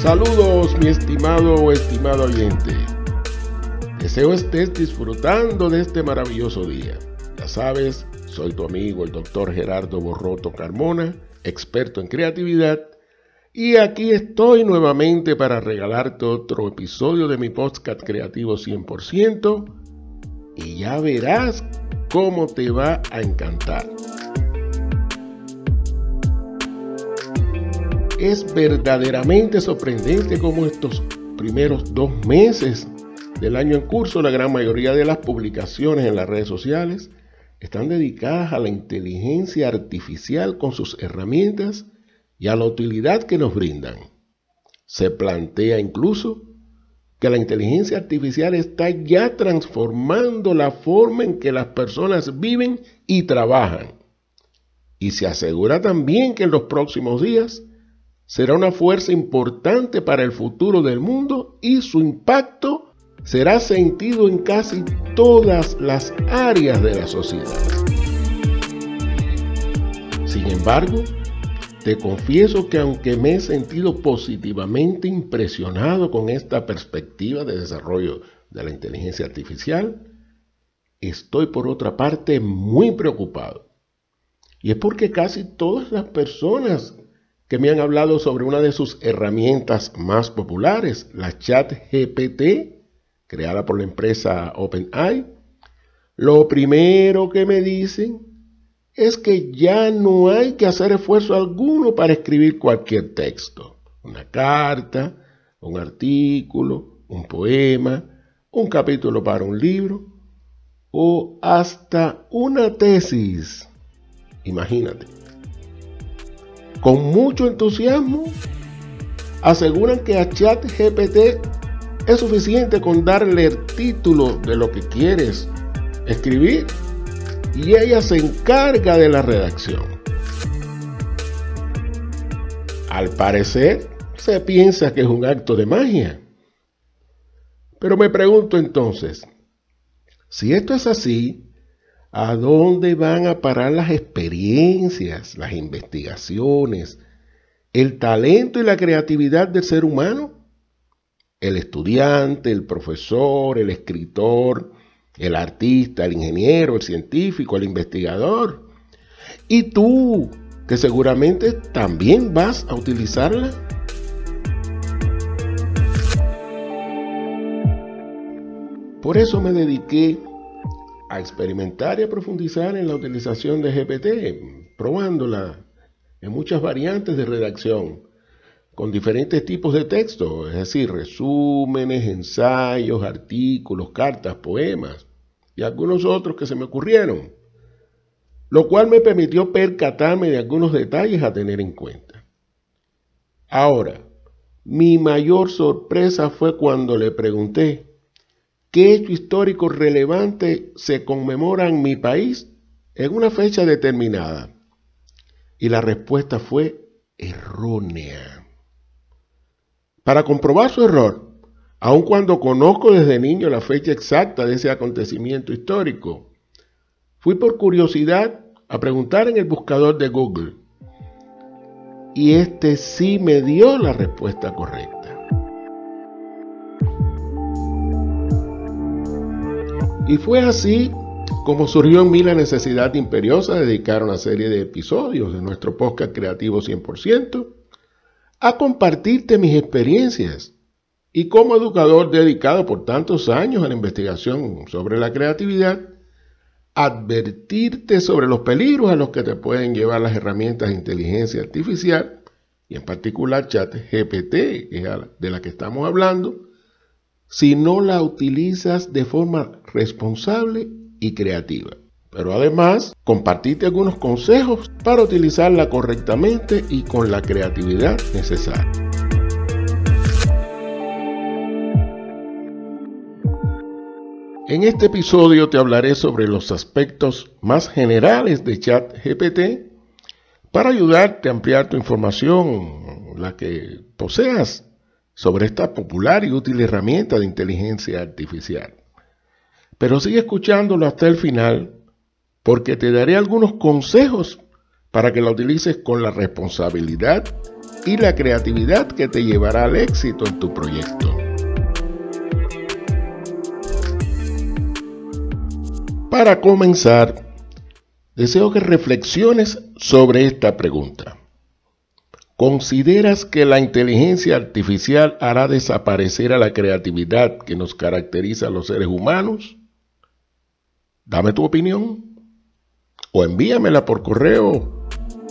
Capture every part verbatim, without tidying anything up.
Saludos, mi estimado o estimado oyente. Deseo estés disfrutando de este maravilloso día. Ya sabes, soy tu amigo el doctor Gerardo Borroto Carmona, experto en creatividad, y aquí estoy nuevamente para regalarte otro episodio de mi podcast creativo cien por ciento, y ya verás cómo te va a encantar. Es verdaderamente sorprendente cómo estos primeros dos meses del año en curso, la gran mayoría de las publicaciones en las redes sociales están dedicadas a la inteligencia artificial con sus herramientas y a la utilidad que nos brindan. Se plantea incluso que la inteligencia artificial está ya transformando la forma en que las personas viven y trabajan. Y se asegura también que en los próximos días será una fuerza importante para el futuro del mundo y su impacto será sentido en casi todas las áreas de la sociedad. Sin embargo, te confieso que aunque me he sentido positivamente impresionado con esta perspectiva de desarrollo de la inteligencia artificial, estoy por otra parte muy preocupado. Y es porque casi todas las personas que me han hablado sobre una de sus herramientas más populares, la ChatGPT, creada por la empresa OpenAI, lo primero que me dicen es que ya no hay que hacer esfuerzo alguno para escribir cualquier texto, una carta, un artículo, un poema, un capítulo para un libro o hasta una tesis. Imagínate. Con mucho entusiasmo, aseguran que a ChatGPT es suficiente con darle el título de lo que quieres escribir y ella se encarga de la redacción. Al parecer, se piensa que es un acto de magia. Pero me pregunto entonces, si esto es así, ¿a dónde van a parar las experiencias, las investigaciones, el talento y la creatividad del ser humano? El estudiante, el profesor, el escritor, el artista, el ingeniero, el científico, el investigador. ¿Y tú, que seguramente también vas a utilizarla? Por eso me dediqué a experimentar y a profundizar en la utilización de G P T, probándola en muchas variantes de redacción, con diferentes tipos de texto, es decir, resúmenes, ensayos, artículos, cartas, poemas y algunos otros que se me ocurrieron, lo cual me permitió percatarme de algunos detalles a tener en cuenta. Ahora, mi mayor sorpresa fue cuando le pregunté ¿qué hecho histórico relevante se conmemora en mi país en una fecha determinada? Y la respuesta fue errónea. Para comprobar su error, aun cuando conozco desde niño la fecha exacta de ese acontecimiento histórico, fui por curiosidad a preguntar en el buscador de Google. Y este sí me dio la respuesta correcta. Y fue así como surgió en mí la necesidad imperiosa de dedicar una serie de episodios de nuestro podcast creativo cien por ciento a compartirte mis experiencias y como educador dedicado por tantos años a la investigación sobre la creatividad, advertirte sobre los peligros a los que te pueden llevar las herramientas de inteligencia artificial y en particular ChatGPT, que es de la que estamos hablando, si no la utilizas de forma responsable y creativa. Pero además, compartirte algunos consejos para utilizarla correctamente y con la creatividad necesaria. En este episodio te hablaré sobre los aspectos más generales de ChatGPT para ayudarte a ampliar tu información, la que poseas, sobre esta popular y útil herramienta de inteligencia artificial. Pero sigue escuchándolo hasta el final, porque te daré algunos consejos para que la utilices con la responsabilidad y la creatividad que te llevará al éxito en tu proyecto. Para comenzar, deseo que reflexiones sobre esta pregunta. ¿Consideras que la inteligencia artificial hará desaparecer a la creatividad que nos caracteriza a los seres humanos? Dame tu opinión o envíamela por correo.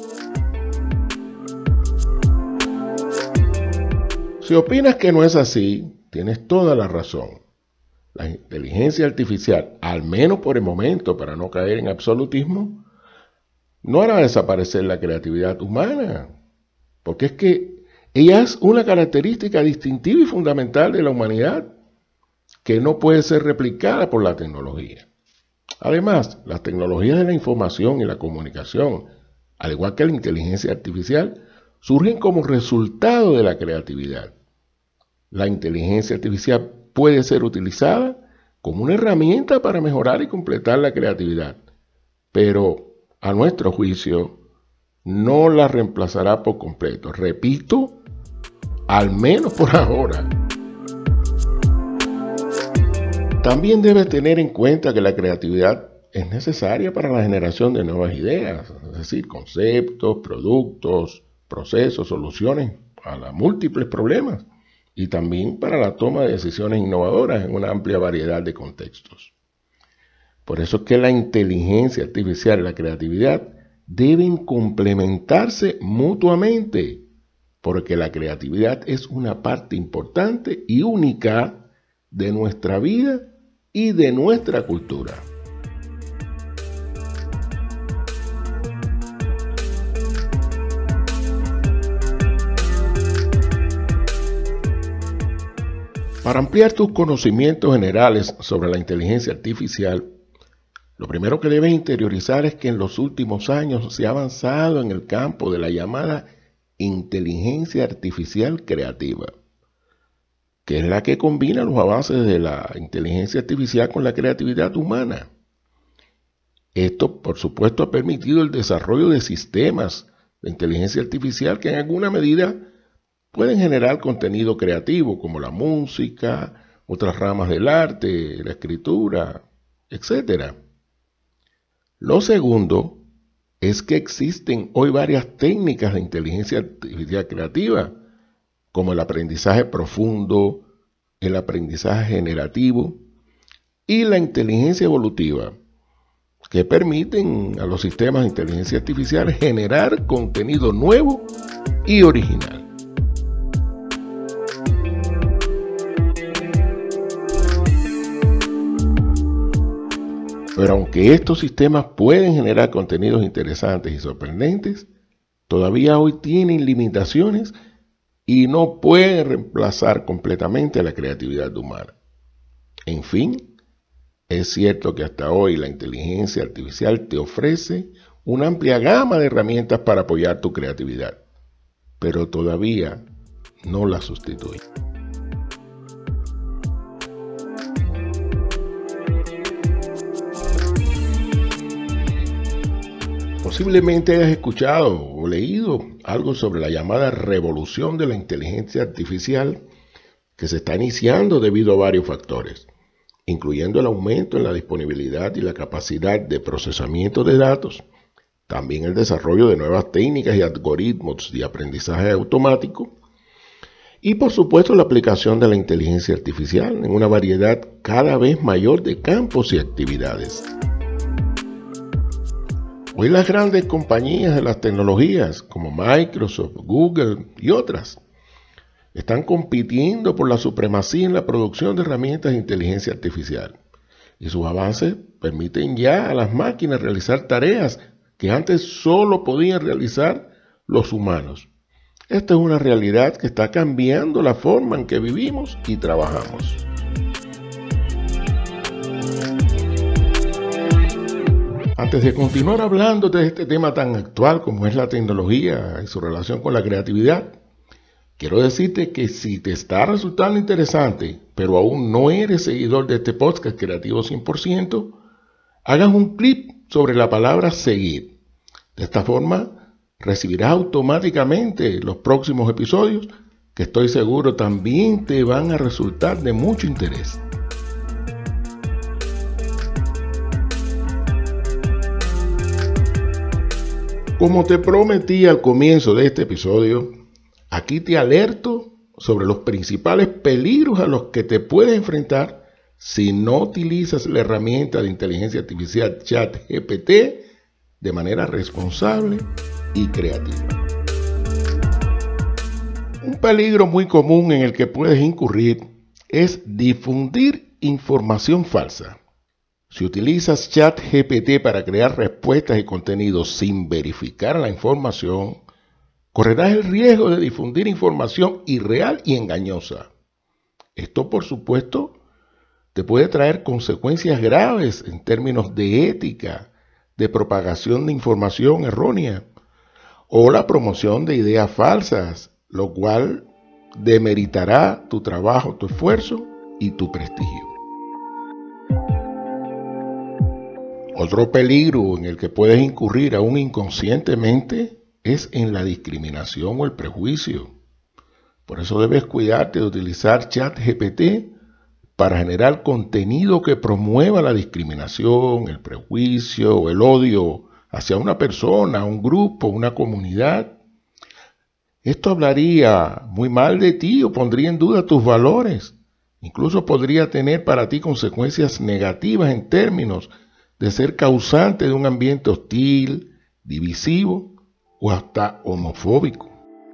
Si opinas que no es así, tienes toda la razón. La inteligencia artificial, al menos por el momento, para no caer en absolutismo, no hará desaparecer la creatividad humana, porque es que ella es una característica distintiva y fundamental de la humanidad que no puede ser replicada por la tecnología. Además, las tecnologías de la información y la comunicación, al igual que la inteligencia artificial, surgen como resultado de la creatividad. La inteligencia artificial puede ser utilizada como una herramienta para mejorar y completar la creatividad, pero a nuestro juicio no la reemplazará por completo. Repito, al menos por ahora. También debes tener en cuenta que la creatividad es necesaria para la generación de nuevas ideas, es decir, conceptos, productos, procesos, soluciones a los múltiples problemas, y también para la toma de decisiones innovadoras en una amplia variedad de contextos. Por eso es que la inteligencia artificial y la creatividad deben complementarse mutuamente, porque la creatividad es una parte importante y única de nuestra vida y de nuestra cultura. Para ampliar tus conocimientos generales sobre la inteligencia artificial, lo primero que debes interiorizar es que en los últimos años se ha avanzado en el campo de la llamada inteligencia artificial creativa, que es la que combina los avances de la inteligencia artificial con la creatividad humana. Esto, por supuesto, ha permitido el desarrollo de sistemas de inteligencia artificial que en alguna medida pueden generar contenido creativo, como la música, otras ramas del arte, la escritura, etcétera. Lo segundo es que existen hoy varias técnicas de inteligencia artificial creativa, como el aprendizaje profundo, el aprendizaje generativo y la inteligencia evolutiva, que permiten a los sistemas de inteligencia artificial generar contenido nuevo y original. Pero aunque estos sistemas pueden generar contenidos interesantes y sorprendentes, todavía hoy tienen limitaciones y no pueden reemplazar completamente a la creatividad humana. En fin, es cierto que hasta hoy la inteligencia artificial te ofrece una amplia gama de herramientas para apoyar tu creatividad, pero todavía no la sustituye. Posiblemente hayas escuchado o leído algo sobre la llamada revolución de la inteligencia artificial que se está iniciando debido a varios factores, incluyendo el aumento en la disponibilidad y la capacidad de procesamiento de datos, también el desarrollo de nuevas técnicas y algoritmos de aprendizaje automático, y por supuesto la aplicación de la inteligencia artificial en una variedad cada vez mayor de campos y actividades. Hoy las grandes compañías de las tecnologías como Microsoft, Google y otras están compitiendo por la supremacía en la producción de herramientas de inteligencia artificial, y sus avances permiten ya a las máquinas realizar tareas que antes solo podían realizar los humanos. Esta es una realidad que está cambiando la forma en que vivimos y trabajamos. Antes de continuar hablando de este tema tan actual como es la tecnología y su relación con la creatividad, quiero decirte que si te está resultando interesante, pero aún no eres seguidor de este podcast Creativo cien por ciento, hagas un clic sobre la palabra seguir. De esta forma, recibirás automáticamente los próximos episodios que estoy seguro también te van a resultar de mucho interés. Como te prometí al comienzo de este episodio, aquí te alerto sobre los principales peligros a los que te puedes enfrentar si no utilizas la herramienta de inteligencia artificial ChatGPT de manera responsable y creativa. Un peligro muy común en el que puedes incurrir es difundir información falsa. Si utilizas ChatGPT para crear respuestas y contenidos sin verificar la información, correrás el riesgo de difundir información irreal y engañosa. Esto, por supuesto, te puede traer consecuencias graves en términos de ética, de propagación de información errónea o la promoción de ideas falsas, lo cual demeritará tu trabajo, tu esfuerzo y tu prestigio. Otro peligro en el que puedes incurrir aún inconscientemente es en la discriminación o el prejuicio. Por eso debes cuidarte de utilizar ChatGPT para generar contenido que promueva la discriminación, el prejuicio o el odio hacia una persona, un grupo, una comunidad. Esto hablaría muy mal de ti o pondría en duda tus valores. Incluso podría tener para ti consecuencias negativas en términos de ser causante de un ambiente hostil, divisivo o hasta homofóbico.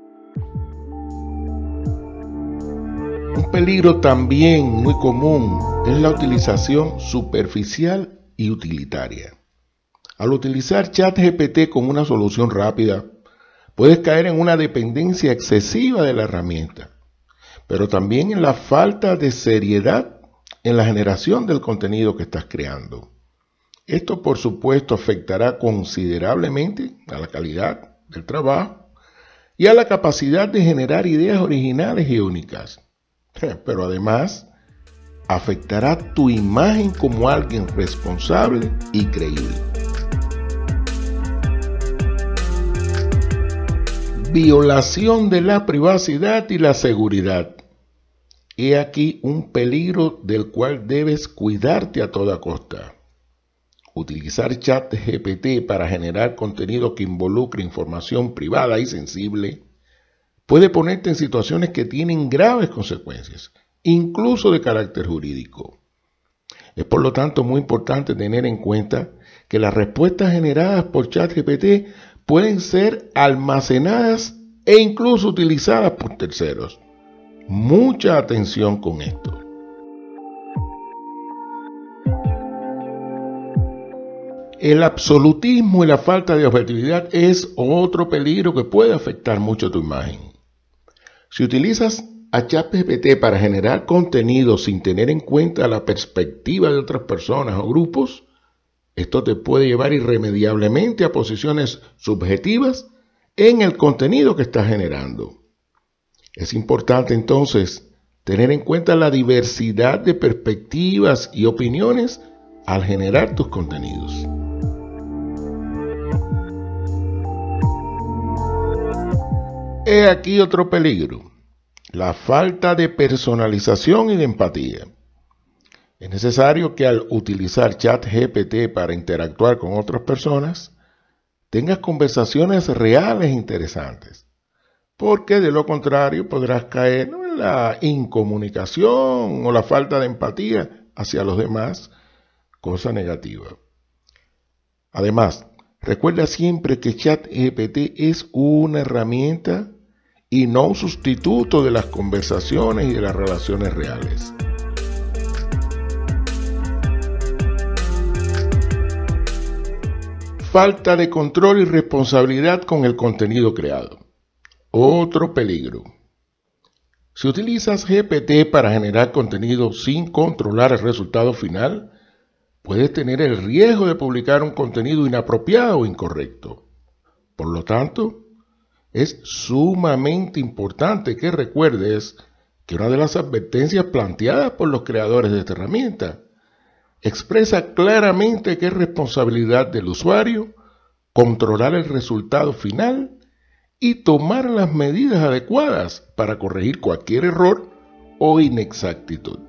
Un peligro también muy común es la utilización superficial y utilitaria. Al utilizar ChatGPT como una solución rápida, puedes caer en una dependencia excesiva de la herramienta, pero también en la falta de seriedad en la generación del contenido que estás creando. Esto, por supuesto, afectará considerablemente a la calidad del trabajo y a la capacidad de generar ideas originales y únicas. Pero además, afectará tu imagen como alguien responsable y creíble. Violación de la privacidad y la seguridad. He aquí un peligro del cual debes cuidarte a toda costa. Utilizar ChatGPT para generar contenido que involucre información privada y sensible puede ponerte en situaciones que tienen graves consecuencias, incluso de carácter jurídico. Es por lo tanto muy importante tener en cuenta que las respuestas generadas por ChatGPT pueden ser almacenadas e incluso utilizadas por terceros. Mucha atención con esto. El absolutismo y la falta de objetividad es otro peligro que puede afectar mucho tu imagen. Si utilizas a ChatGPT para generar contenido sin tener en cuenta la perspectiva de otras personas o grupos, esto te puede llevar irremediablemente a posiciones subjetivas en el contenido que estás generando. Es importante entonces tener en cuenta la diversidad de perspectivas y opiniones al generar tus contenidos. He aquí otro peligro, la falta de personalización y de empatía. Es necesario que al utilizar ChatGPT para interactuar con otras personas, tengas conversaciones reales e interesantes, porque de lo contrario podrás caer en la incomunicación o la falta de empatía hacia los demás, cosa negativa. Además, recuerda siempre que ChatGPT es una herramienta y no un sustituto de las conversaciones y de las relaciones reales. Falta de control y responsabilidad con el contenido creado. Otro peligro. Si utilizas G P T para generar contenido sin controlar el resultado final, puedes tener el riesgo de publicar un contenido inapropiado o incorrecto. Por lo tanto, es sumamente importante que recuerdes que una de las advertencias planteadas por los creadores de esta herramienta expresa claramente que es responsabilidad del usuario controlar el resultado final y tomar las medidas adecuadas para corregir cualquier error o inexactitud.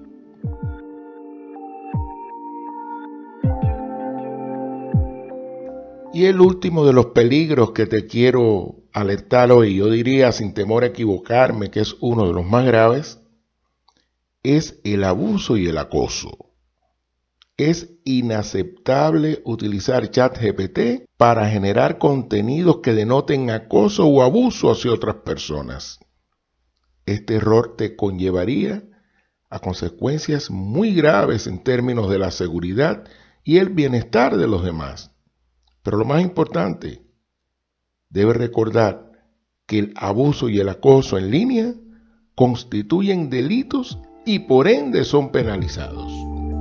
Y el último de los peligros que te quiero alertar hoy, yo diría sin temor a equivocarme que es uno de los más graves, es el abuso y el acoso. Es inaceptable utilizar ChatGPT para generar contenidos que denoten acoso o abuso hacia otras personas. Este error te conllevaría a consecuencias muy graves en términos de la seguridad y el bienestar de los demás. Pero lo más importante, debes recordar que el abuso y el acoso en línea constituyen delitos y por ende son penalizados.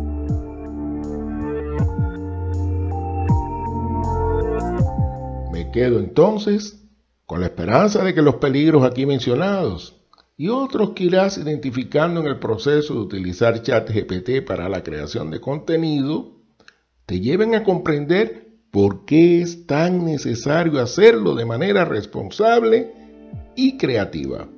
Me quedo entonces con la esperanza de que los peligros aquí mencionados y otros que irás identificando en el proceso de utilizar ChatGPT para la creación de contenido te lleven a comprender por qué es tan necesario hacerlo de manera responsable y creativa.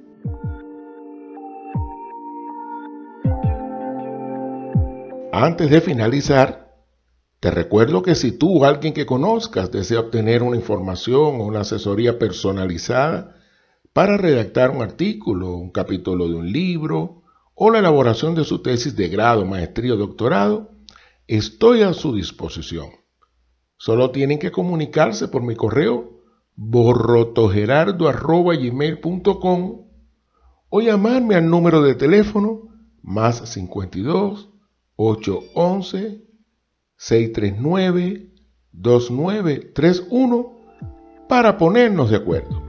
Antes de finalizar, te recuerdo que si tú o alguien que conozcas desea obtener una información o una asesoría personalizada para redactar un artículo, un capítulo de un libro o la elaboración de su tesis de grado, maestría o doctorado, estoy a su disposición. Solo tienen que comunicarse por mi correo borrotogerardo arroba gmail punto com o llamarme al número de teléfono más cincuenta y dos, ochocientos once, seiscientos treinta y nueve, veintinueve treinta y uno para ponernos de acuerdo.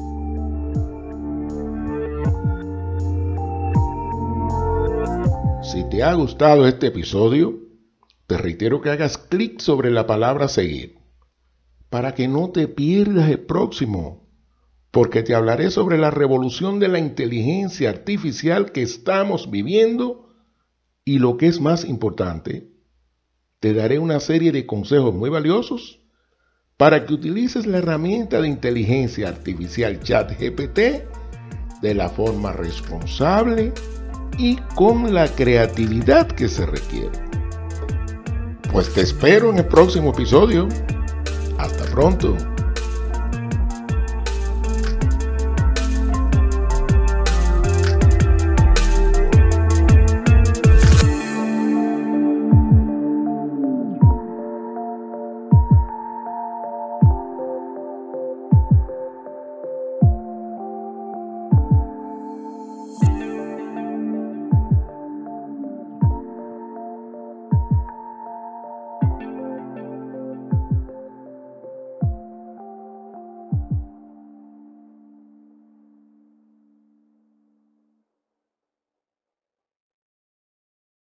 Si te ha gustado este episodio, te reitero que hagas clic sobre la palabra seguir para que no te pierdas el próximo, porque te hablaré sobre la revolución de la inteligencia artificial que estamos viviendo y lo que es más importante, te daré una serie de consejos muy valiosos para que utilices la herramienta de inteligencia artificial ChatGPT de la forma responsable y con la creatividad que se requiere. Pues te espero en el próximo episodio. Hasta pronto.